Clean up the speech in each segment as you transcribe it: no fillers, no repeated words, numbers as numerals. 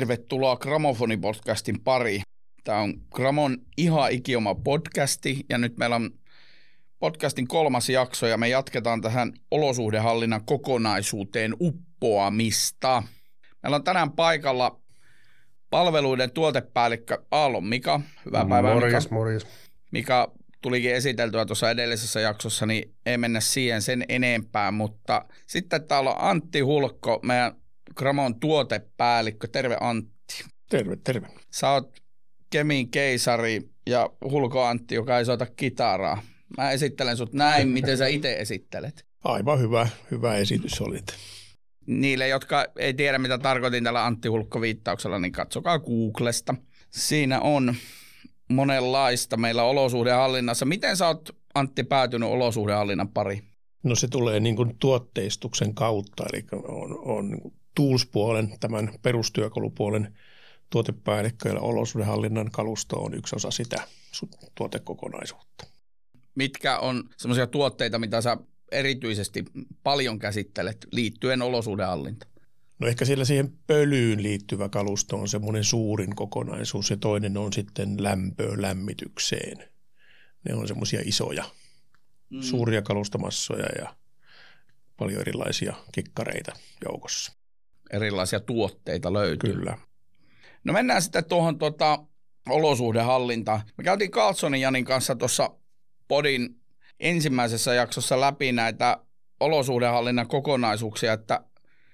Tervetuloa Gramofoni-podcastin pariin. Tämä on Gramon ihan ikioma podcasti ja nyt meillä on podcastin 3. jakso ja me jatketaan tähän olosuhdehallinnan kokonaisuuteen uppoamista. Meillä on tänään paikalla palveluiden tuotepäällikkö Aallon Mika. Hyvää päivää, Mika. Morjes. Mika tulikin esiteltyä tuossa edellisessä jaksossa, niin ei mennä siihen sen enempää, mutta sitten täällä on Antti Hulkko, meidän Gramon tuotepäällikkö. Terve Antti. Terve. Sä oot Kemin keisari ja Hulko Antti, joka ei soita kitaraa. Mä esittelen sut näin, miten sä itse esittelet. Aivan hyvä esitys olit. Niille, jotka ei tiedä, mitä tarkoitin tällä Antti Hulkko-viittauksella, niin katsokaa Googlesta. Siinä on monenlaista meillä olosuhdehallinnassa. Miten sä oot, Antti, päätynyt olosuhdehallinnan pariin? No se tulee niin kuin tuotteistuksen kautta, eli on niin kuin tools-puolen, tämän perustyökalupuolen tuotepäällikkö ja olosuhdehallinnan kalusto on yksi osa sitä tuotekokonaisuutta. Mitkä on semmoisia tuotteita, mitä sä erityisesti paljon käsittelet liittyen olosuhdehallintaan? No ehkä siellä siihen pölyyn liittyvä kalusto on semmoinen suurin kokonaisuus ja toinen on sitten lämpöön, lämmitykseen. Ne on semmoisia isoja, suuria kalustomassoja ja paljon erilaisia kikkareita joukossa. Erilaisia tuotteita löytyy. Kyllä. No mennään sitten tuohon olosuhdehallintaan. Me käytiin Carlsonin Janin kanssa tuossa podin ensimmäisessä jaksossa läpi näitä olosuhdehallinnan kokonaisuuksia, että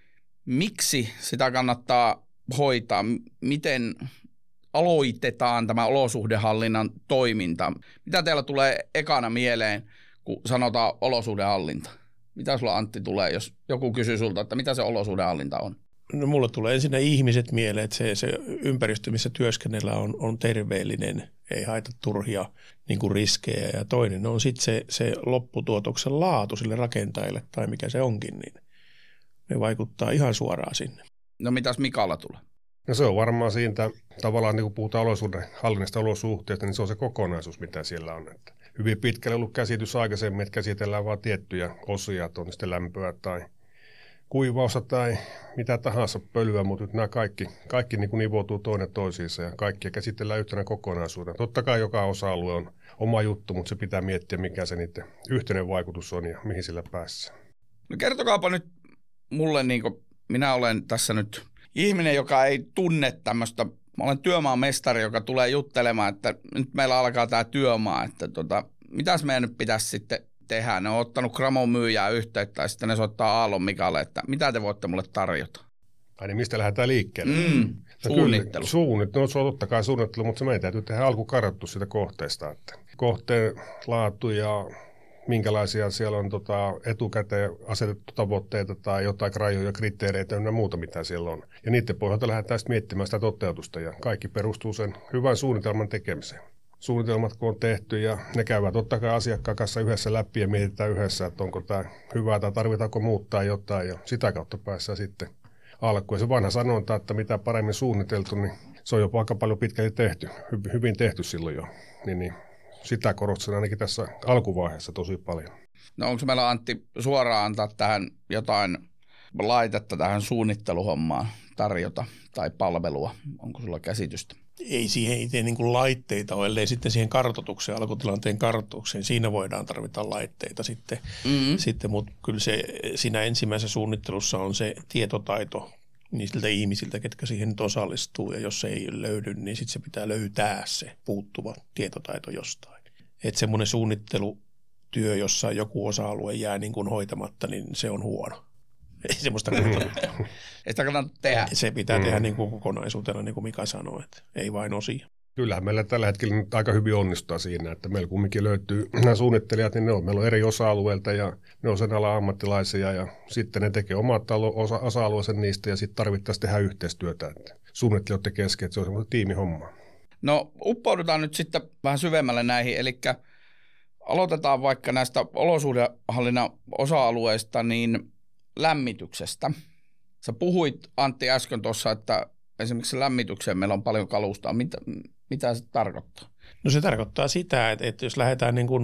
miksi sitä kannattaa hoitaa, miten aloitetaan tämä olosuhdehallinnan toiminta. Mitä teillä tulee ekana mieleen, kun sanotaan olosuhdehallinta? Mitä sulla, Antti, tulee, jos joku kysyy sulta, että mitä se olosuhdehallinta on? No mulle tulee ensin ihmiset mieleen, että se ympäristö, missä työskennellä on terveellinen, ei haita turhia niin kuin riskejä. Ja toinen on sitten se lopputuotoksen laatu sille rakentajalle tai mikä se onkin, niin ne vaikuttaa ihan suoraan sinne. No mitäs Mikalla tulee? No se on varmaan siitä, tavallaan niin kun puhutaan olosuhdehallinnasta olosuhteista, niin se on se kokonaisuus, mitä siellä on. Että hyvin pitkälle ollut käsitys aikaisemmin, että käsitellään vain tiettyjä osia, että on sitten lämpöä tai kuivausta tai mitä tahansa pölyä, mutta nyt nämä kaikki niin kuin nivoutuu toinen toisiinsa ja kaikkia käsitellään yhtenä kokonaisuutena. Totta kai joka osa-alue on oma juttu, mutta se pitää miettiä, mikä se niiden yhteinen vaikutus on ja mihin sillä päässään. No kertokaapa nyt mulle, niin kuin minä olen tässä nyt ihminen, joka ei tunne tämmöistä. Mä olen työmaan mestari, joka tulee juttelemaan, että nyt meillä alkaa tämä työmaa, että mitäs meidän nyt pitäisi sitten tehdä. Ne on ottanut Gramon myyjää yhteyttä ja sitten ne soittaa Aallon Mikalle, että mitä te voitte mulle tarjota. Ai niin, mistä lähdetään liikkeelle? Suunnittelu. No se on totta kai suunnittelu, mutta se meidän täytyy tehdä alkukartoitus sitä kohteesta. Että kohteen laatu ja minkälaisia siellä on etukäteen asetettu tavoitteita tai jotain rajoja, kriteereitä ja muuta, mitä siellä on. Ja niiden pohjalta lähdetään sitten miettimään sitä toteutusta ja kaikki perustuu sen hyvän suunnitelman tekemiseen. Suunnitelmat kun on tehty ja ne käyvät totta kai asiakkaan kanssa yhdessä läpi ja mietitään yhdessä, että onko tämä hyvää tai tarvitaanko muuttaa jotain ja sitä kautta päässään sitten alkuun. Ja se vanha sanonta, että mitä paremmin suunniteltu, niin se on jopa aika paljon pitkälti tehty, hyvin tehty silloin jo. Niin sitä korostan ainakin tässä alkuvaiheessa tosi paljon. No onko meillä, Antti, suoraan antaa tähän jotain laitetta tähän suunnitteluhommaan tarjota tai palvelua? Onko sulla käsitystä? Ei siihen itse niin kuin laitteita ole, ellei sitten siihen kartoitukseen, alkutilanteen kartoitukseen. Siinä voidaan tarvita laitteita sitten mutta kyllä se siinä ensimmäisessä suunnittelussa on se tietotaito niiltä ihmisiltä, ketkä siihen nyt osallistuu. Ja jos se ei löydy, niin sitten se pitää löytää se puuttuva tietotaito jostain. Että semmoinen suunnittelutyö, jossa joku osa-alue jää niin kuin hoitamatta, niin se on huono. Ei semmoista kannata. Ei sitä kannata tehdä. Se pitää tehdä niin kuin kokonaisuutena, niin kuin Mika sanoi, että ei vain osia. Kyllähän meillä tällä hetkellä nyt aika hyvin onnistuu siinä, että meillä kumminkin löytyy nämä suunnittelijat, niin meillä on eri osa-alueilta ja ne on sen alan ammattilaisia ja sitten ne tekee omat osa-alueensa niistä ja sitten tarvittaisiin tehdä yhteistyötä, että suunnittelijoiden kesken, että se on semmoinen tiimihomma. No uppoudutaan nyt sitten vähän syvemmälle näihin, eli aloitetaan vaikka näistä olosuhdehallinnan osa-alueista, niin lämmityksestä. Sä puhuit, Antti, äsken tuossa, että esimerkiksi lämmitykseen meillä on paljon kalustoa. Mitä se tarkoittaa? No se tarkoittaa sitä, että jos lähdetään niin kuin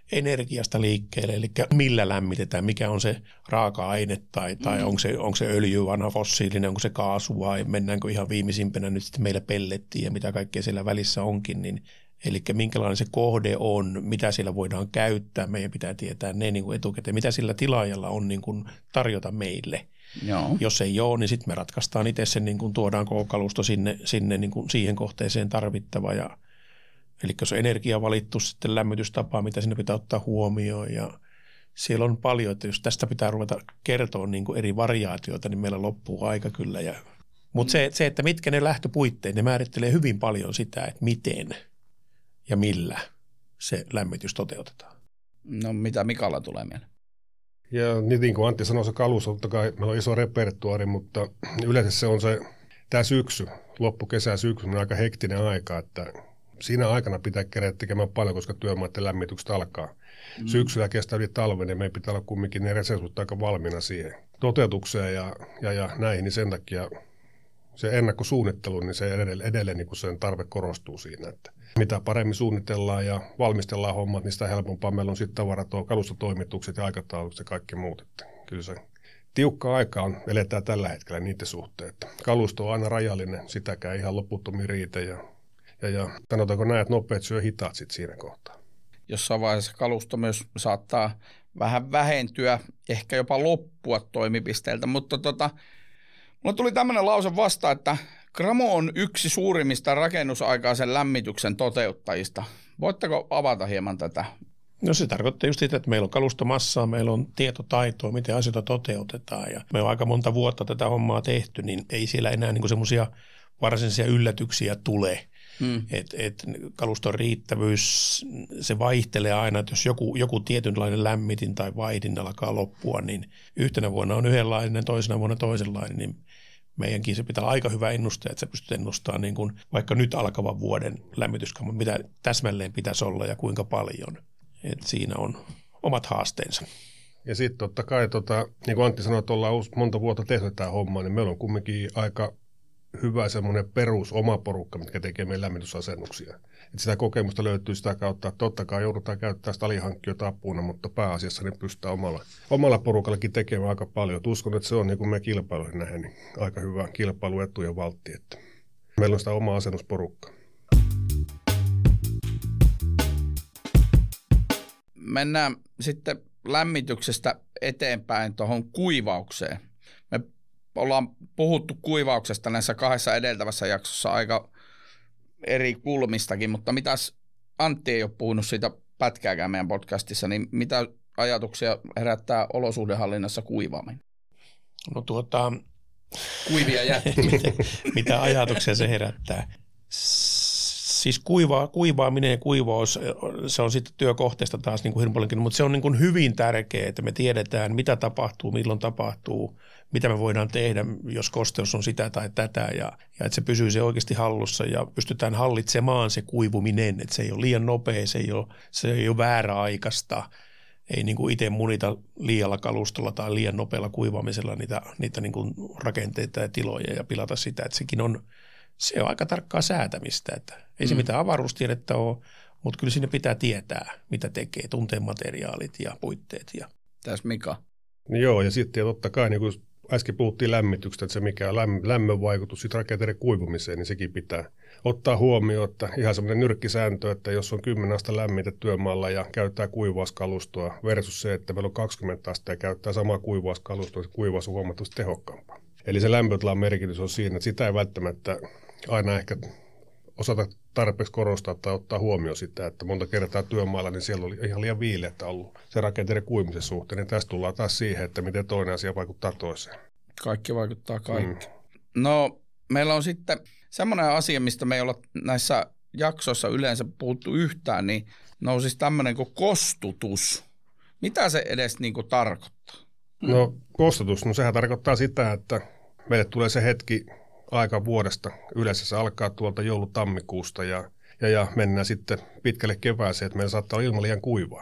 energiasta liikkeelle, eli millä lämmitetään, mikä on se raaka-aine tai onko se öljy, vanha fossiilinen, onko se kaasu vai mennäänkö ihan viimeisimpänä nyt sitten meillä pellettiin ja mitä kaikkea siellä välissä onkin, niin eli minkälainen se kohde on, mitä siellä voidaan käyttää, meidän pitää tietää ne niin kuin etukäteen, mitä sillä tilaajalla on niin kuin tarjota meille. Joo. Jos ei ole, niin sitten me ratkaistaan itse sen, niin kuin tuodaan koko kalusto sinne niin kuin siihen kohteeseen tarvittava. Eli jos on energia valittu, sitten lämmitystapa, mitä sinne pitää ottaa huomioon. Ja siellä on paljon, että jos tästä pitää ruveta kertoa niin kuin eri variaatioita, niin meillä loppuu aika kyllä. Mutta se, että mitkä ne lähtöpuitteet, ne määrittelee hyvin paljon sitä, että miten ja millä se lämmitys toteutetaan. No mitä Mikalla tulee mieleen? Ja niin kuin Antti sanoi, se kalusto, totta kai meillä on iso repertuaari, mutta yleensä se on tämä syksy, loppukesä syksy, on aika hektinen aika, että siinä aikana pitää kerätä tekemään paljon, koska työmaiden lämmitykset alkaa. Syksyllä kestää yli talven, ja meidän pitää olla kumminkin ne resurssit aika valmiina siihen toteutukseen ja näihin, niin sen takia se ennakkosuunnittelu, niin se edelleen niin kuin sen tarve korostuu siinä, että mitä paremmin suunnitellaan ja valmistellaan hommat, niin sitä helpompaa meillä on sitten tavarato, kalustotoimitukset ja aikataulut ja kaikki muut. Että kyllä se tiukka aika on, eletään tällä hetkellä niiden suhteen. Että kalusto on aina rajallinen, sitäkään ihan loputtomiin riitä ja sanotaanko näin, että nopeat syö hitaat sitten siinä kohtaa. Jossain vaiheessa kalusto myös saattaa vähän vähentyä, ehkä jopa loppua toimipisteiltä, mutta mulle tuli tämmöinen lause vasta, että Cramo on yksi suurimmista rakennusaikaisen lämmityksen toteuttajista. Voitteko avata hieman tätä? No se tarkoittaa just sitä, että meillä on kalustomassaa, meillä on tietotaitoa, miten asioita toteutetaan ja me on aika monta vuotta tätä hommaa tehty, niin ei siellä enää niinku semmoisia varsinaisia yllätyksiä tule. Et kaluston riittävyys, se vaihtelee aina, että jos joku tietynlainen lämmitin tai vaihdin alkaa loppua, niin yhtenä vuonna on yhdenlainen, toisena vuonna toisenlainen, niin meidänkin se pitää aika hyvä ennuste, että sä pystyt ennustamaan niin kuin vaikka nyt alkavan vuoden lämmityskamman, mitä täsmälleen pitäisi olla ja kuinka paljon. Et siinä on omat haasteensa. Ja sitten totta kai, niin kuin Antti sanoi, että ollaan monta vuotta tehty tämä homma, niin meillä on kumminkin aika hyvä semmoinen perus oma porukka, mitkä tekee meidän lämmitysasennuksia. Et sitä kokemusta löytyy sitä kautta, että totta kai joudutaan käyttämään sitä alihankkijoita apuna, mutta pääasiassa ne pystytään omalla porukallakin tekemään aika paljon. Et uskon, että se on niin kuin me kilpailuihin nähden niin aika hyvä kilpailuetu ja valtti, että meillä on sitä omaa asennusporukkaa. Mennään sitten lämmityksestä eteenpäin tuohon kuivaukseen. Me ollaan puhuttu kuivauksesta näissä kahdessa edeltävässä jaksossa aika eri kulmistakin, mutta mitäs Antti ei ole puhunut siitä pätkääkään meidän podcastissa, niin mitä ajatuksia herättää olosuhdehallinnassa kuivaaminen? No kuivia jättiä. Mitä ajatuksia se herättää? Siis kuivaaminen ja kuivaus, se on sitten työkohteesta taas niin kuin hirveän paljon, mutta se on niin kuin hyvin tärkeää, että me tiedetään, mitä tapahtuu, milloin tapahtuu, mitä me voidaan tehdä, jos kosteus on sitä tai tätä, ja että se pysyy se oikeasti hallussa ja pystytään hallitsemaan se kuivuminen, että se ei ole liian nopea, se ei ole vääräaikaista, ei niin kuin itse munita liialla kalustolla tai liian nopealla kuivaamisella niitä niin kuin rakenteita ja tiloja ja pilata sitä, että se on aika tarkkaa säätämistä, että ei se mitään avaruustiedettä ole, mutta kyllä sinne pitää tietää, mitä tekee, tuntee materiaalit ja puitteet. Tässä Mika. Joo, ja sitten totta kai, niin kuin äsken puhuttiin lämmityksestä, että se mikä on lämmön vaikutus sitten rakenteiden kuivumiseen, niin sekin pitää ottaa huomioon, että ihan semmoinen nyrkkisääntö, että jos on 10 astetta lämmintä työmaalla ja käyttää kuivauskalustoa versus se, että meillä on 20 astetta ja käyttää samaa kuivauskalustoa, se kuivaus on huomattavasti tehokkaampaa. Eli se lämpötilan merkitys on siinä, että sitä ei välttämättä aina ehkä osata tarpeeksi korostaa tai ottaa huomioon sitä, että monta kertaa työmaalla, niin siellä oli ihan liian viileätä ollut se rakenteiden kuivumisen suhteen. Niin tästä tullaan taas siihen, että miten toinen asia vaikuttaa toiseen. Kaikki vaikuttaa kaikki. No, meillä on sitten semmoinen asia, mistä me ei olla näissä jaksoissa yleensä puhuttu yhtään, niin nousisi tämmöinen kuin kostutus. Mitä se edes niin kuin tarkoittaa? No kostutus, sehän tarkoittaa sitä, että meille tulee se hetki aika vuodesta. Yleensä se alkaa tuolta joulutammikuusta ja mennään sitten pitkälle kevääseen, että meillä saattaa olla ilma liian kuivaa.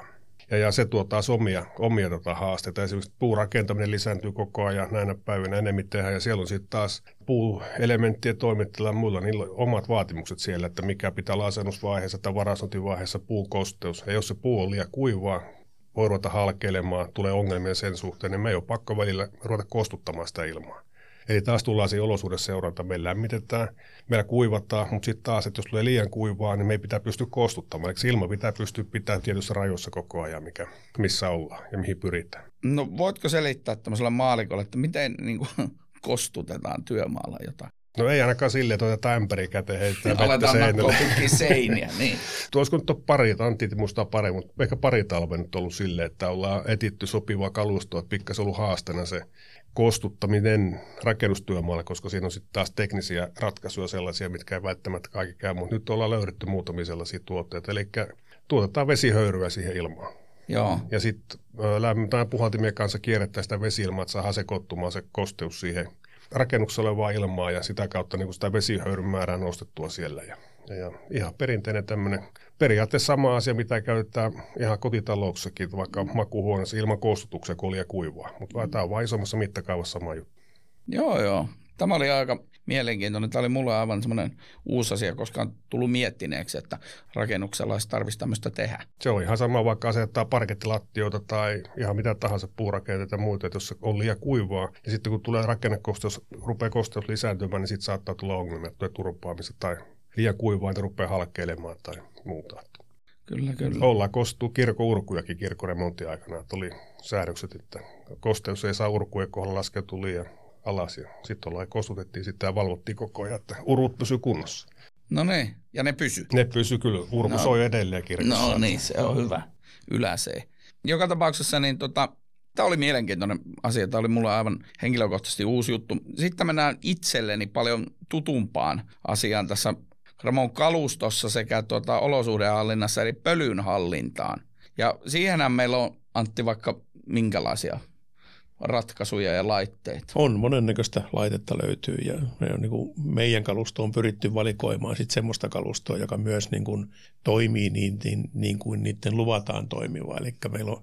Ja se tuo taas omia haasteita. Esimerkiksi puurakentaminen lisääntyy koko ajan näinä päivinä enemmän tehdään. Ja siellä on sitten taas puuelementtien toimittajilla ja muilla, niillä on omat vaatimukset siellä, että mikä pitää olla asennusvaiheessa tai varastointivaiheessa puukosteus. Ja jos se puu on liian kuivaa, voi ruveta halkeilemaan, tulee ongelmia sen suhteen, niin me ei ole pakko välillä ruveta kostuttamaan sitä ilmaa. Eli taas tullaan siihen olosuhdeseuranta, me lämmitetään, meillä kuivataan, mutta sitten taas, että jos tulee liian kuivaa, niin me ei pitää pystyä kostuttamaan. Eli ilma pitää pystyä pitämään tietyissä rajoissa koko ajan, missä ollaan ja mihin pyritään. No voitko selittää tämmöisellä maalikolle, että miten niin kuin, kostutetaan työmaalla jotain? No ei ainakaan silleen, että otetaan ämpäri käteen, heittää vettä seinälle. Aletaan pitkin seiniä, niin. Olisiko nyt pari, Antti muistaa pari, mutta ehkä pari talve nyt ollut silleen, että ollaan etitty sopivaa kalustoa, että pikkasen ollut haasteena se kostuttaminen rakennustyömaalla, koska siinä on sitten taas teknisiä ratkaisuja sellaisia, mitkä ei välttämättä kaikki käy, mutta nyt ollaan löydetty muutamia sellaisia tuotteita, eli tuotetaan vesihöyryä siihen ilmaan. Joo. Ja sitten lämmitään puhaltimien kanssa kierrättää sitä vesi-ilmaa, että saadaan sekoittumaan se kosteus siihen rakennuksessa olevaa ilmaa ja sitä kautta niin sitä vesihöyryn määrää nostettua siellä. Ja ihan perinteinen tämmöinen, periaatteessa sama asia, mitä käytetään ihan kotitalouksessakin, vaikka makuuhuoneessa ilman kostutuksia, kun oli ja kuivaa. Mutta tämä on vain isommassa mittakaavassa sama juttu. Joo. Tämä oli aika mielenkiintoinen. Tämä oli mulle aivan semmoinen uusi asia, koska on tullut miettineeksi, että rakennuksella olisi tarvitsisi tämmöistä tehdä. Se on ihan sama, vaikka asettaa parkettilattioita tai ihan mitä tahansa puurakenteita ja muuta, että jos se on liian kuivaa, ja sitten kun tulee rakennekosteus, rupeaa kosteus lisääntymään, niin sitten saattaa tulla ongelmia, että tulee turpaamista tai liian kuivaa, että rupeaa halkeilemaan tai muuta. Kyllä. Ollaan kostuu kirkon-urkujakin kirkkoremontin aikana, että oli säädökset, että kosteus ei saa urkujen kohdalla laskeutua liian alas. Ja sitten kostutettiin sitä ja valvottiin koko ajan, että urut pysyy kunnossa. No niin, ja ne pysyy. Ne pysyy kyllä, urku soi edelleen kirkossa. No niin, se on hyvä, yläsee. Joka tapauksessa niin tämä oli mielenkiintoinen asia, tämä oli mulle aivan henkilökohtaisesti uusi juttu. Sitten mennään itselleni paljon tutumpaan asiaan tässä Gramon kalustossa sekä olosuhdehallinnassa eli pölynhallintaan. Ja siihenhän meillä on, Antti, vaikka minkälaisia ratkaisuja ja laitteita? On, monennäköistä laitetta löytyy ja meidän kalusto on pyritty valikoimaan sit semmoista kalustoa, joka myös toimii niin kuin niiden luvataan toimiva. Eli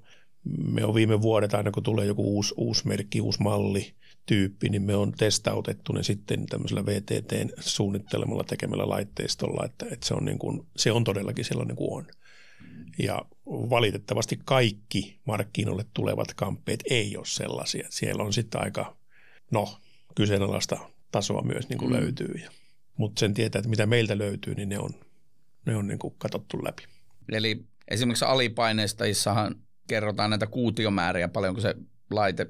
me on viime vuodet, aina kun tulee joku uusi merkki, uusi malli, tyyppi, niin me on testautettu ne sitten tämmöisellä VTT:n suunnittelemalla tekemällä laitteistolla, että se on todellakin sellainen kuin on. Ja valitettavasti kaikki markkinoille tulevat kamppeet ei ole sellaisia. Siellä on sitten aika, kyseenalaista tasoa myös löytyy. Mutta sen tietää, että mitä meiltä löytyy, niin ne on katsottu läpi. Eli esimerkiksi alipaineistajissahan kerrotaan näitä kuutiomääriä, paljonko se laite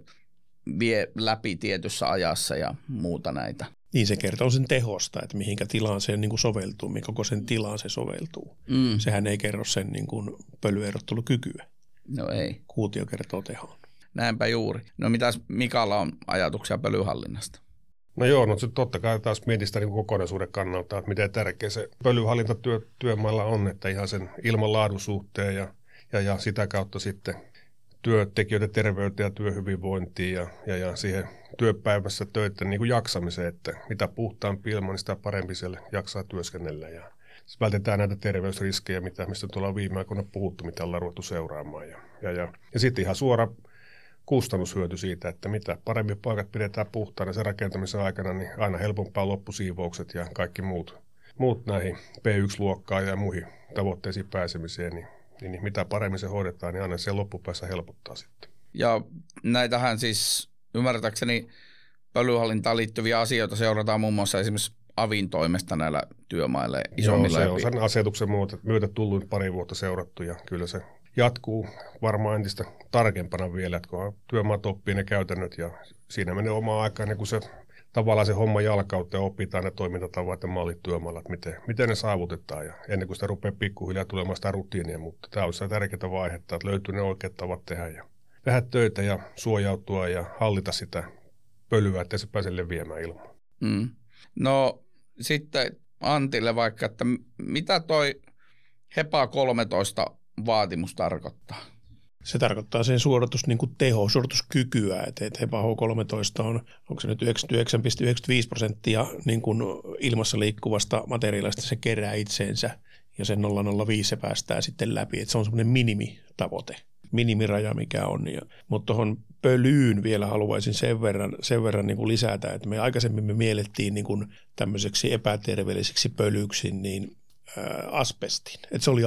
vie läpi tietyssä ajassa ja muuta näitä. Niin se kertoo sen tehosta, että mihinkä tilaan se soveltuu, mihin koko sen tilaan se soveltuu. Sehän ei kerro sen pölyerottelukykyä. No ei. Kuutio kertoo tehon. Näinpä juuri. No mitäs Mikalla on ajatuksia pölyhallinnasta? No joo, no totta kai taas mietin sitä kokonaisuuden kannalta, että miten tärkeä se pölyhallinta työmaalla on, että ihan sen ilmanlaadun suhteen ja sitä kautta sitten työntekijöiden terveyteen ja työhyvinvointiin ja siihen työpäivässä töiden jaksamiseen, että mitä puhtaampi ilma, niin sitä parempi siellä jaksaa työskennellä. Ja vältetään näitä terveysriskejä, mistä tuolla on viime aikoina puhuttu, mitä ollaan ruvettu seuraamaan. Ja sitten ihan suora kustannushyöty siitä, että mitä paremmin paikat pidetään puhtaana sen rakentamisen aikana, niin aina helpompaa loppusiivoukset ja kaikki muut näihin P1-luokkaan ja muihin tavoitteisiin pääsemiseen, niin mitä paremmin se hoidetaan, niin aina se loppupäässä helpottaa sitten. Ja näitähän siis ymmärtääkseni pölyhallintaan liittyviä asioita seurataan muun muassa esimerkiksi avin toimesta näillä työmailla isommilla. Joo, se on sen asetuksen myötä tullut pari vuotta seurattu ja kyllä se jatkuu varmaan entistä tarkempana vielä, että kun työmaat oppii ne käytännöt ja siinä menee omaa aikaa, niin kun se tavallaan se homma jalkauteen ja opitaan ne toimintatavat ja mallit työmaalla, että miten ne saavutetaan ja ennen kuin sitä rupeaa pikkuhiljaa tulemaan sitä rutiinia, mutta tämä on se tärkeää vaihetta, että löytyy ne oikeat tavat tehdä ja tehdä töitä ja suojautua ja hallita sitä pölyä, ettei se pääse leviämään ilmaan. No sitten Antille vaikka, että mitä toi HEPA 13 vaatimus tarkoittaa? Se tarkoittaa sen suorituskykyä, että HEPA H13 on, onko se nyt 99,95% ilmassa liikkuvasta materiaalista se kerää itseensä ja sen 0,05 se päästää sitten läpi, että se on semmoinen minimitavoite. minimiraja, mikä on. Mutta tuohon pölyyn vielä haluaisin sen verran niin kuin lisätä, että me aikaisemmin me miellettiin niin kuin tämmöiseksi epäterveelliseksi pölyksi niin asbestin, että se oli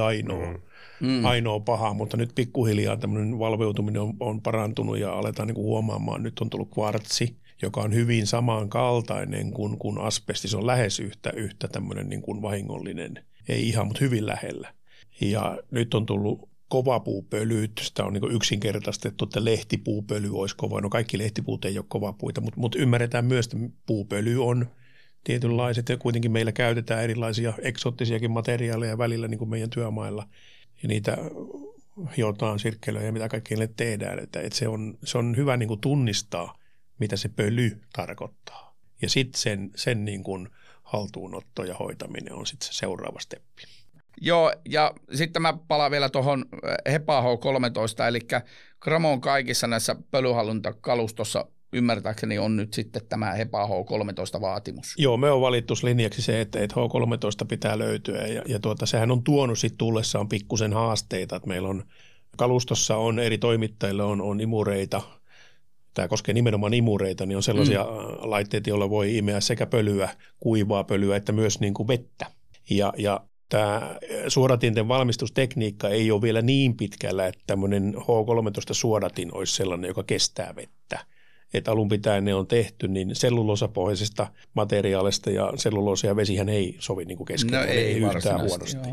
ainoa paha, mutta nyt pikkuhiljaa tämmöinen valveutuminen on parantunut ja aletaan niin kuin huomaamaan, nyt on tullut kvartsi, joka on hyvin samankaltainen kuin asbesti, se on lähes yhtä tämmöinen niin kuin vahingollinen, ei ihan, mutta hyvin lähellä. Ja nyt on tullut kovapuupölyt, sitä on niin yksinkertaistettu, että lehtipuupöly olisi kova. No kaikki lehtipuut ei ole kovapuita, mutta ymmärretään myös, että puupöly on tietynlaiset ja kuitenkin meillä käytetään erilaisia eksoottisiakin materiaaleja välillä niin kuin meidän työmailla ja niitä hiotaan sirkkelöjä ja mitä kaikkea tehdään. Että se on hyvä niin kuin tunnistaa, mitä se pöly tarkoittaa. Ja sitten sen niin kuin haltuunotto ja hoitaminen on sitten se seuraava steppi. Joo, ja sitten mä palaan vielä tuohon HEPA H13, eli Gramon kaikissa näissä pölyhallintakalustossa ymmärtääkseni on nyt sitten tämä HEPA H13-vaatimus. Joo, me on valittu linjaksi se, että H13 pitää löytyä, ja sehän on tuonut sitten tullessaan pikkusen haasteita, että meillä on kalustossa on eri toimittajilla on imureita, tämä koskee nimenomaan imureita, niin on sellaisia laitteita, joilla voi imeä sekä pölyä, kuivaa pölyä, että myös niin kuin vettä, ja tämä suodatinten valmistustekniikka ei ole vielä niin pitkällä, että tämmöinen H13-suodatin olisi sellainen, joka kestää vettä. Että alun pitäen ne on tehty niin selluloosapohjaisesta materiaalista ja selluloosa ja vesihän ei sovi niin kuin keskenään, no ei yhtään huonosti.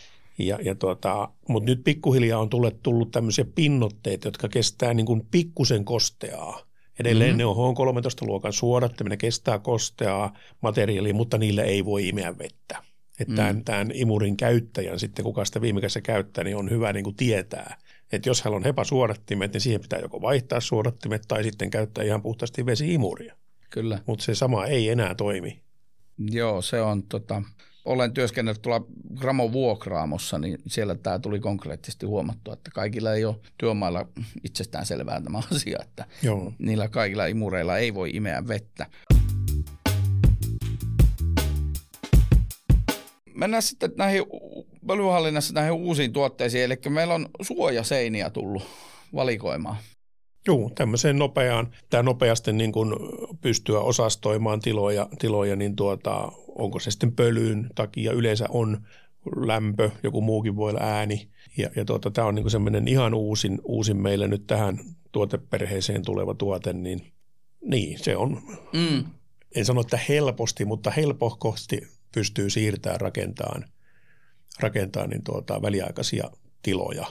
Mutta nyt pikkuhiljaa on tullut tämmöisiä pinnotteita, jotka kestää niin kuin pikkusen kosteaa. Edelleen ne on H13-luokan suodattimia, ne kestää kosteaa materiaalia, mutta niillä ei voi imeä vettä. Että tämän imurin käyttäjän sitten, kuka sitä viime kädessä käyttää, niin on hyvä niin kuin tietää, että jos hänellä on HEPA-suodattimet, niin siihen pitää joko vaihtaa suodattimet tai sitten käyttää ihan puhtaasti vesi-imuria. Kyllä. Mutta se sama ei enää toimi. Joo, se on olen työskennellyt tuolla Gramon vuokraamossa, niin siellä tämä tuli konkreettisesti huomattua, että kaikilla ei ole työmailla itsestään selvää tämä asia, että niillä kaikilla imureilla ei voi imeä vettä. Mennään sitten näihin pölyhallinnassa näihin uusiin tuotteisiin, eli meillä on suojaseiniä tullut valikoimaan. Joo, tämmöiseen nopeasti niin kuin pystyä osastoimaan tiloja niin onko se sitten pölyyn takia, yleensä on lämpö, joku muukin voi olla ääni. Ja tämä on niin kuin semmoinen ihan uusin meille nyt tähän tuoteperheeseen tuleva tuote, niin se on, en sano, että helposti, mutta helpohkosti pystyy siirtämään rakentamaan niin väliaikaisia tiloja,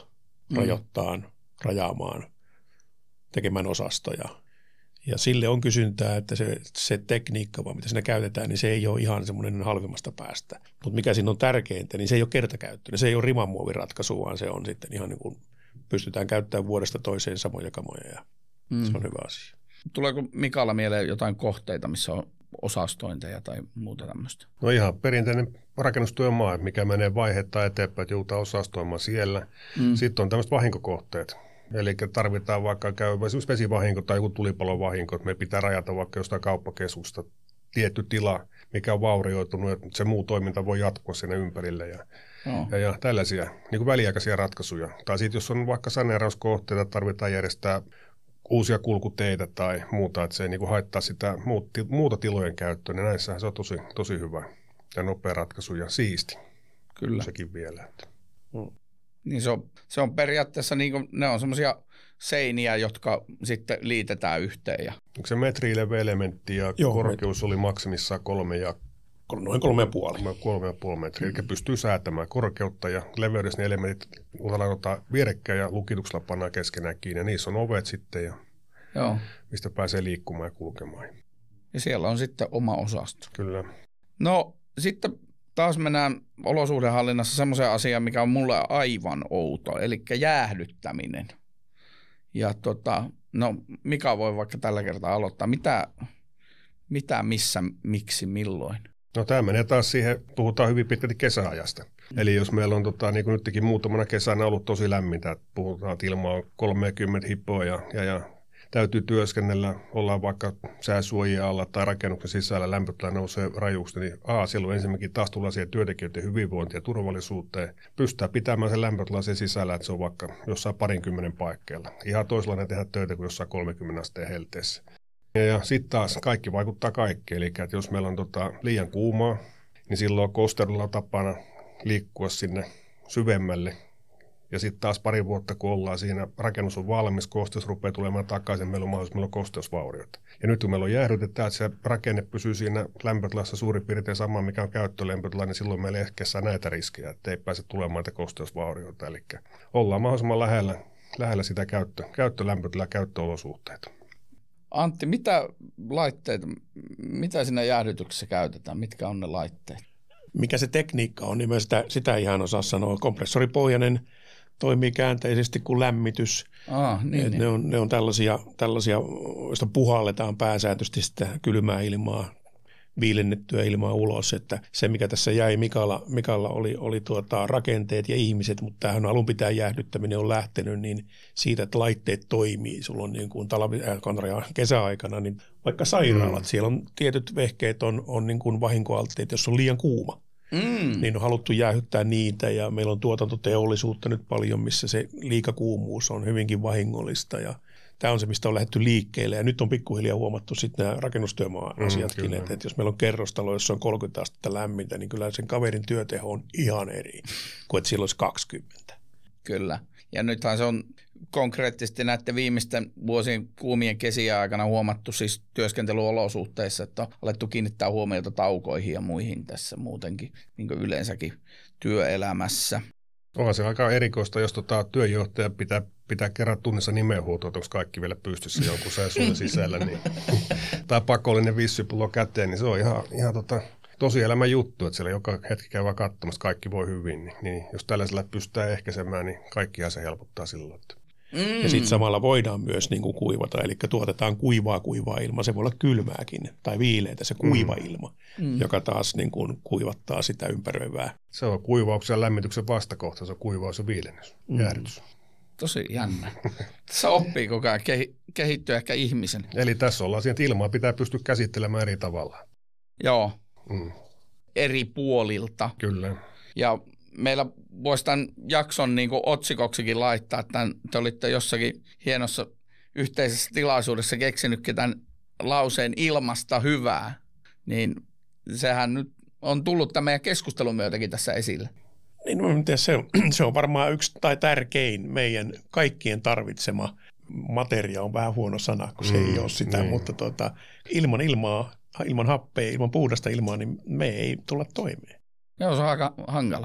rajaamaan, tekemään osastoja. Ja sille on kysyntää, että se tekniikka, mitä siinä käytetään, niin se ei ole ihan semmoinen halvimmasta päästä. Mutta mikä siinä on tärkeintä, niin se ei ole kertakäyttöinen. Se ei ole rimanmuoviratkaisu, vaan se on sitten ihan niin kuin pystytään käyttämään vuodesta toiseen samoja kamoja ja se on hyvä asia. Tuleeko Mikalla mieleen jotain kohteita, missä on osastointeja tai muuta tämmöistä? No ihan perinteinen rakennustyömaa, mikä menee vaiheittain eteenpäin, että joudutaan osastoimaan siellä. Sitten on tämmöiset vahinkokohteet. Eli tarvitaan vaikka esimerkiksi vesivahinko tai joku tulipalovahinko, että me pitää rajata vaikka jostain kauppakeskusta tietty tila, mikä on vaurioitunut, että se muu toiminta voi jatkua siinä ympärille ja tällaisia niin kuin väliaikaisia ratkaisuja. Tai sitten jos on vaikka saneerauskohteita, tarvitaan järjestää uusia kulkuteitä tai muuta, että se ei niin kuin haittaa sitä muuta tilojen käyttöön, niin näissähän se on tosi hyvä ja nopea ratkaisu ja siisti. Kyllä. Sekin vielä. Niin se on periaatteessa, niin kuin, ne on semmoisia seiniä, jotka sitten liitetään yhteen. Onko se metri-leve-elementti ja korkeus oli maksimissaan 3 ja noin 3,5 metriä, eli pystyy säätämään korkeutta ja leveydessä ne elementit laitetaan vierekkäin ja lukituksella pannaan keskenään kiinni ja niissä on ovet sitten ja mistä pääsee liikkumaan ja kulkemaan. Ja siellä on sitten oma osasto. Kyllä. No sitten taas mennään olosuhdehallinnassa semmoiseen asiaan, mikä on mulle aivan outo, eli jäähdyttäminen. Ja no Mika voi vaikka tällä kertaa aloittaa. Mitä, missä, miksi, milloin? No tämä menee taas siihen, puhutaan hyvin pitkälti kesäajasta. Eli jos meillä on niin kuin nytkin muutamana kesänä ollut tosi lämmintä, että puhutaan, että ilma on 30 hippoa ja täytyy työskennellä, ollaan vaikka sääsuojien alla tai rakennuksen sisällä, lämpötila nousee rajuusti, niin silloin ensimmäkin taas tullaan siihen työntekijöiden hyvinvointiin ja turvallisuuteen. Pystytään pitämään sen lämpötila sen sisällä, että se on vaikka jossain 20 paikkeilla. Ihan toisenlainen tehdä töitä kuin jossain 30 asteen helteessä. Ja sitten taas kaikki vaikuttaa kaikkeen, eli että jos meillä on liian kuumaa, niin silloin kosteudella on tapana liikkua sinne syvemmälle. Ja sitten taas pari vuotta, kun ollaan siinä, rakennus on valmis, kosteus rupeaa tulemaan takaisin, meillä on kosteusvaurioita. Ja nyt kun meillä on jäähdytetään, että se rakenne pysyy siinä lämpötilassa suurin piirtein sama, mikä on käyttölämpötila, niin silloin meillä ehkä saa näitä riskejä, että ei pääse tulemaan näitä kosteusvaurioita. Eli ollaan mahdollisimman lähellä sitä käyttölämpötilaa, käyttöolosuhteita. Antti, mitä laitteita, mitä siinä jäähdytyksessä käytetään? Mitkä on ne laitteet? Mikä se tekniikka on, niin mä sitä ihan osaa sanoa. Kompressoripohjainen toimii käänteisesti kuin lämmitys. Niin. Ne on tällaisia, joista puhalletaan pääsääntöisesti sitä kylmää ilmaa, viilennettyä ilmaa ulos. Että se, mikä tässä jäi Mikalla oli rakenteet ja ihmiset, mutta tämähän alun pitää jäähdyttäminen on lähtenyt niin siitä, että laitteet toimii. Sulla on niin kuin kesäaikana, niin vaikka sairaalat, siellä on tietyt vehkeet on niin kuin vahinkoaltteet, jos on liian kuuma. Niin on haluttu jäähyttää niitä ja meillä on tuotantoteollisuutta nyt paljon, missä se liikakuumuus on hyvinkin vahingollista ja tämä on se, mistä on lähdetty liikkeelle ja nyt on pikkuhiljaa huomattu sitten nämä rakennustyömaa-asiatkin, että jos meillä on kerrostalo, jossa on 30 astetta lämmintä, niin kyllä sen kaverin työteho on ihan eri kuin että sillä olisi 20. Kyllä. Ja nythän se on konkreettisesti näiden viimeisten vuosien kuumien kesien aikana huomattu siis työskentelyolosuhteissa, että on alettu kiinnittää huomiota taukoihin ja muihin tässä muutenkin, niin kuin yleensäkin työelämässä. Onhan se aika erikoista, jos työjohtaja pitää kerran tunnissa nimenhuutoa, että onko kaikki vielä pystyssä jonkun sääsuojan sisällä, niin, tai pakollinen vissypullo käteen, niin se on ihan tosielämän juttu, että siellä joka hetki käy vaan katsomassa, kaikki voi hyvin, niin jos tällaisella pystytään ehkäisemään, niin kaikkihan se helpottaa silloin. Ja sitten samalla voidaan myös niin kuin kuivata, eli tuotetaan kuivaa ilmaa, se voi olla kylmääkin tai viileitä se kuiva ilma, joka taas niin kuin kuivattaa sitä ympäröivää. Se on kuivauksen ja lämmityksen vastakohta, se on kuivaus ja viilennys, jäähdytys. Tosi jännä. Tässä oppii koko ajan kehittyä ehkä ihmisen. Eli tässä ollaan siihen, että ilmaa pitää pystyä käsittelemään eri tavalla. Joo, eri puolilta. Kyllä. Ja meillä voisi tämän jakson niin kuin otsikoksikin laittaa, että te olitte jossakin hienossa yhteisessä tilaisuudessa keksinytkin tämän lauseen ilmasta hyvää, niin sehän nyt on tullut tämän meidän keskustelun myötäkin tässä esille. Niin, se on varmaan yksi tai tärkein meidän kaikkien tarvitsema materia, on vähän huono sana, kun se ei ole sitä, mutta ilman ilmaa, ilman happea, ilman puhdasta ilmaa, niin me ei tulla toimeen. Joo, se on aika hankala.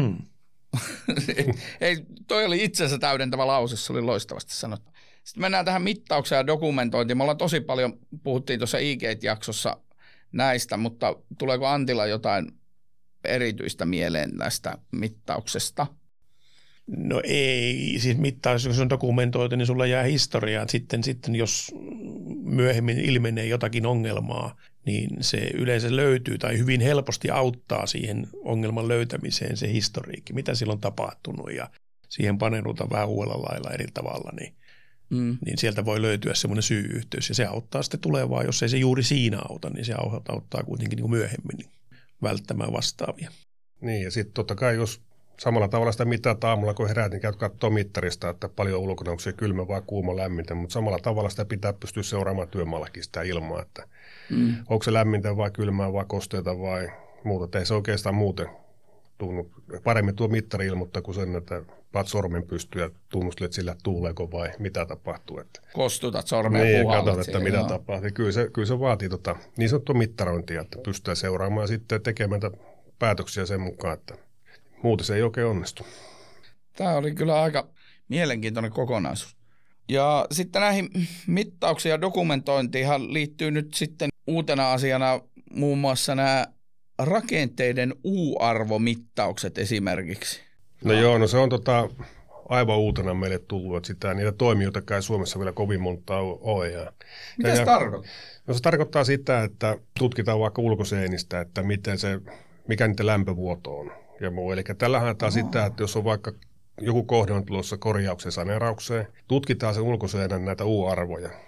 Ei, toi oli itsensä täydentävä lause, se oli loistavasti sanottu. Sitten mennään tähän mittaukseen ja dokumentointiin. Me ollaan tosi paljon, puhuttiin tuossa IG-jaksossa näistä, mutta tuleeko Antilla jotain erityistä mieleen tästä mittauksesta? No ei, siis mittaus, jos on dokumentoitu, niin sulla jää historiaa. Sitten jos myöhemmin ilmenee jotakin ongelmaa, niin se yleensä löytyy tai hyvin helposti auttaa siihen ongelman löytämiseen se historiikki, mitä silloin on tapahtunut ja siihen paneudutaan vähän uudella lailla eri tavalla, niin sieltä voi löytyä semmoinen syy-yhteys ja se auttaa sitten tulevaa, jos ei se juuri siinä auta, niin se auttaa kuitenkin niin kuin myöhemmin välttämään vastaavia. Niin ja sitten totta kai jos samalla tavalla sitä mitataan aamulla, kun heräät, niin käyt katsoa mittarista, että paljon ulkona, onko se kylmä vai kuuma lämmintä, mutta samalla tavalla sitä pitää pystyä seuraamaan työmaallakin sitä ilmaa, että onko se lämmintä vai kylmää vai kosteita vai muuta, että ei se oikeastaan muuten tunnu. Paremmin tuo mittari ilmoittaa kuin sen, että paat sormen pystyy ja tunnustelet sillä, tuuleeko vai mitä tapahtuu. Että kostutat sormea ja katsot, että mitä tapahtuu. Kyllä se vaatii niin sanottua mittarointia, että pystytään seuraamaan ja sitten tekemään päätöksiä sen mukaan, että muuten se ei oikein onnistu. Tämä oli kyllä aika mielenkiintoinen kokonaisuus. Ja sitten näihin mittauksiin ja dokumentointiinhan liittyy nyt sitten uutena asiana muun muassa nämä rakenteiden U-arvomittaukset esimerkiksi. No se on aivan uutena meille tullut, että sitä niitä toimijoita ei Suomessa vielä kovin monta ole. Mitä se tarkoittaa? No se tarkoittaa sitä, että tutkitaan vaikka ulkoseinistä, että mikä niiden lämpövuoto on ja muu. Eli tällä haetaan sitä, että jos on vaikka joku kohde on tulossa korjauksen saneeraukseen, tutkitaan sen ulkoseinän näitä U-arvoja.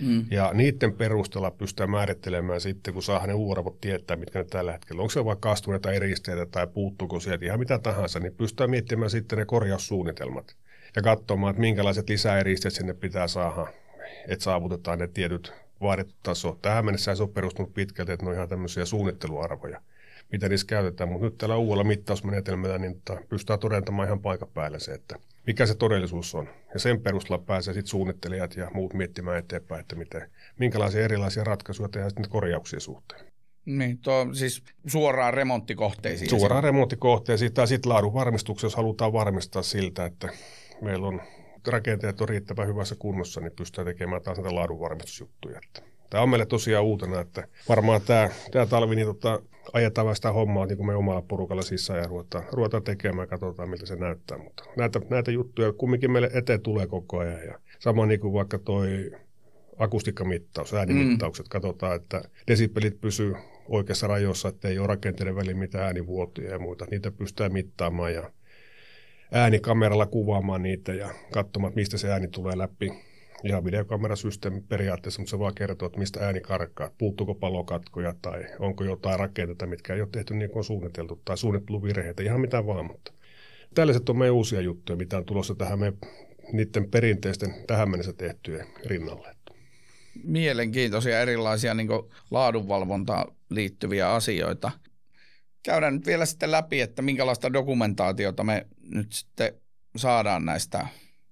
Ja niiden perusteella pystytään määrittelemään sitten, kun saa ne U-arvot tietää, mitkä ne tällä hetkellä. Onko se vaikka astuneita eristeitä tai puuttuuko sieltä ihan mitä tahansa, niin pystytään miettimään sitten ne korjaussuunnitelmat ja katsomaan, että minkälaiset lisäeristeet sinne pitää saada, että saavutetaan ne tietyt vaadittu taso. Tähän mennessä se on perustunut pitkälti, että ne on ihan tämmöisiä suunnitteluarvoja, mitä niissä käytetään, mutta nyt tällä uudella mittausmenetelmällä niin pystytään todentamaan ihan paikan päällä se, että mikä se todellisuus on. Ja sen perusteella pääsee sitten suunnittelijat ja muut miettimään eteenpäin, että minkälaisia erilaisia ratkaisuja tehdään sitten korjauksien suhteen. Niin, siis suoraan remonttikohteisiin. Suoraan remonttikohteisiin tai sitten laadunvarmistuksessa, jos halutaan varmistaa siltä, että meillä on rakenteet on riittävän hyvässä kunnossa, niin pystytään tekemään taas näitä laadunvarmistusjuttuja. Tämä on meille tosiaan uutena, että varmaan tämä talvi niin ajetaan sitä hommaa niin kuin me omalla porukalla sisään ja ruvetaan tekemään ja katsotaan, miltä se näyttää. Mutta näitä juttuja kumminkin meille eteen tulee koko ajan. Ja sama niin kuin vaikka toi akustiikkamittaus, äänimittaukset, katsotaan, että desibelit pysyy oikeassa rajoissa, että ei ole rakenteiden väliin mitään äänivuotoja ja muita. Niitä pystytään mittaamaan ja äänikameralla kuvaamaan niitä ja katsomaan, että mistä se ääni tulee läpi. Ihan videokamerasysteemi periaatteessa, mutta se vaan kertoo, että mistä ääni karkaa, puuttuuko palokatkoja tai onko jotain rakenteita, mitkä ei ole tehty niin kuin on suunniteltu tai suunnitteluvirheitä, ihan mitä vaan. Mutta tällaiset on meidän uusia juttuja, mitä on tulossa tähän niiden perinteisten tähän mennessä tehtyjen rinnalle. Mielenkiintoisia erilaisia niin kuin laadunvalvontaan liittyviä asioita. Käydään nyt vielä sitten läpi, että minkälaista dokumentaatiota me nyt sitten saadaan näistä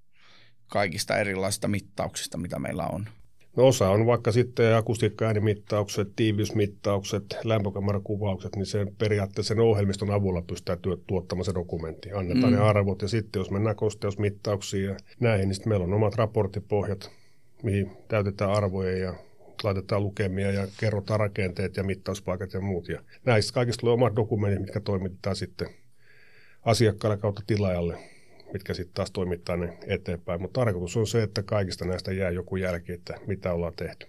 kaikista erilaisista mittauksista, mitä meillä on. No osa on vaikka sitten akustiikka-äänimittaukset, tiiviysmittaukset, lämpökamerakuvaukset, niin sen periaatteessa sen ohjelmiston avulla pystytään tuottamaan se dokumentti. Annetaan ne arvot ja sitten jos mennään kosteusmittauksiin ja näihin, niin sitten meillä on omat raporttipohjat, mihin täytetään arvoja ja laitetaan lukemia ja kerrotaan rakenteet ja mittauspaikat ja muut. Ja näistä kaikista tulee omat dokumentit, mitkä toimitetaan sitten asiakkaalle kautta tilaajalle, mitkä sitten taas toimittaa ne eteenpäin. Mutta tarkoitus on se, että kaikista näistä jää joku jälki, että mitä ollaan tehty.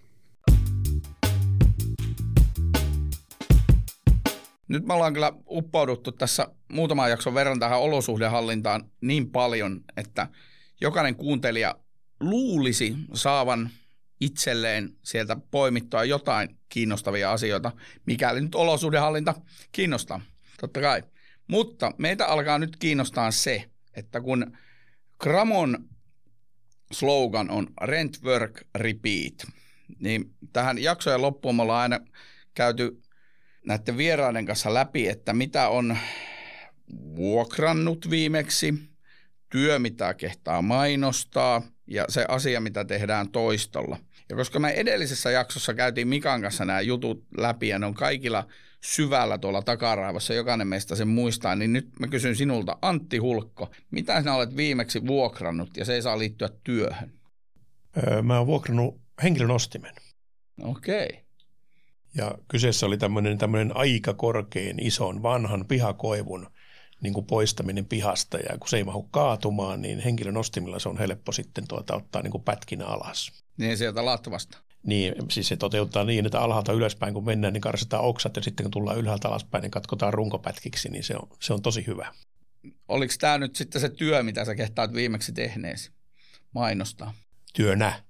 Nyt me ollaan kyllä uppouduttu tässä muutaman jakson verran tähän olosuhdehallintaan niin paljon, että jokainen kuuntelija luulisi saavan itselleen sieltä poimittua jotain kiinnostavia asioita, mikäli nyt olosuhdehallinta kiinnostaa, totta kai. Mutta meitä alkaa nyt kiinnostaa se, että kun Cramon slogan on Rent, Work, Repeat, niin tähän jaksojen loppuun me ollaan aina käyty näiden vieraiden kanssa läpi, että mitä on vuokrannut viimeksi, työ, mitä kehtaa mainostaa ja se asia, mitä tehdään toistolla. Ja koska me edellisessä jaksossa käytiin Mikan kanssa nämä jutut läpi ja ne on kaikilla syvällä tuolla takaraivossa, jokainen meistä sen muistaa, niin nyt mä kysyn sinulta, Antti Hulkko, mitä sinä olet viimeksi vuokrannut ja se ei saa liittyä työhön? Mä oon vuokrannut henkilönostimen. Okei. Ja kyseessä oli tämmöinen aika korkean, ison, vanhan pihakoivun niin kuin poistaminen pihasta ja kun se ei mahdu kaatumaan, niin henkilönostimilla se on helppo sitten ottaa niin kuin pätkinä alas. Niin sieltä latvasta. Niin, siis se toteuttaa niin, että alhaalta ylöspäin kun mennään, niin karsitaan oksat ja sitten kun tullaan ylhäältä alaspäin, niin katkotaan runkopätkiksi, niin se on tosi hyvä. Oliko tämä nyt sitten se työ, mitä sä kehtaat viimeksi tehneesi mainostaa? Työnä.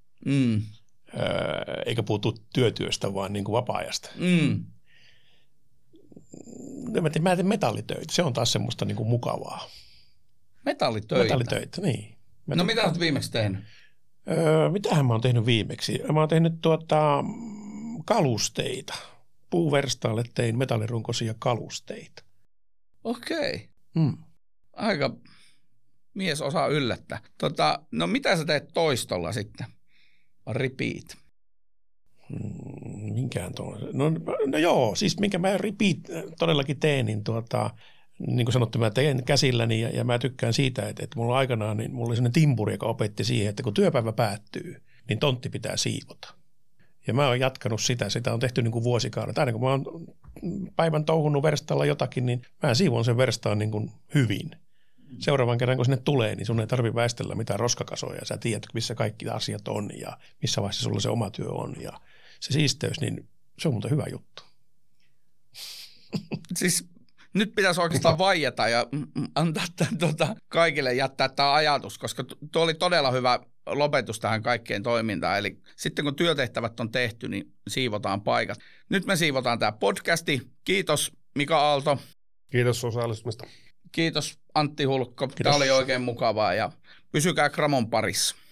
Eikä puhutu työstä, vaan niin kuin vapaa-ajasta. Mä teen metallitöitä. Se on taas semmoista niin kuin mukavaa. Metallitöitä? Metallitöitä, niin. No mitä olet viimeksi tehnyt? Mitähän mä oon tehnyt viimeksi? Mä oon tehnyt kalusteita. Puuverstaalle tein metallirunkoisia kalusteita. Okei. Aika mies osaa yllättää. No mitä sä teet toistolla sitten? Repeat. Minkään no joo, siis minkä mä repeat todellakin teen, niin kuin sanottu, mä teen käsilläni ja mä tykkään siitä, että mulla aikanaan, niin mulla oli sellainen timpuri, joka opetti siihen, että kun työpäivä päättyy, niin tontti pitää siivota. Ja mä oon jatkanut sitä on tehty niin kuin vuosikaudet. Aina kun mä oon päivän touhunut verstaalla jotakin, niin mä siivon sen verstaan niin kuin hyvin. Seuraavan kerran, kun sinne tulee, niin sun ei tarvitse väistellä mitään roskakasoja. Sä tiedät, missä kaikki asiat on ja missä vaiheessa sulla se oma työ on. Ja se siisteys, niin se on muuten hyvä juttu. Siis nyt pitäisi oikeastaan vaieta ja antaa kaikille jättää tämä ajatus, koska tuo oli todella hyvä lopetus tähän kaikkeen toimintaan. Eli sitten kun työtehtävät on tehty, niin siivotaan paikat. Nyt me siivotaan tämä podcasti. Kiitos Mika Aalto. Kiitos osallistumista. Kiitos Antti Hulkko. Kiitos. Tämä oli oikein mukavaa ja pysykää Gramon parissa.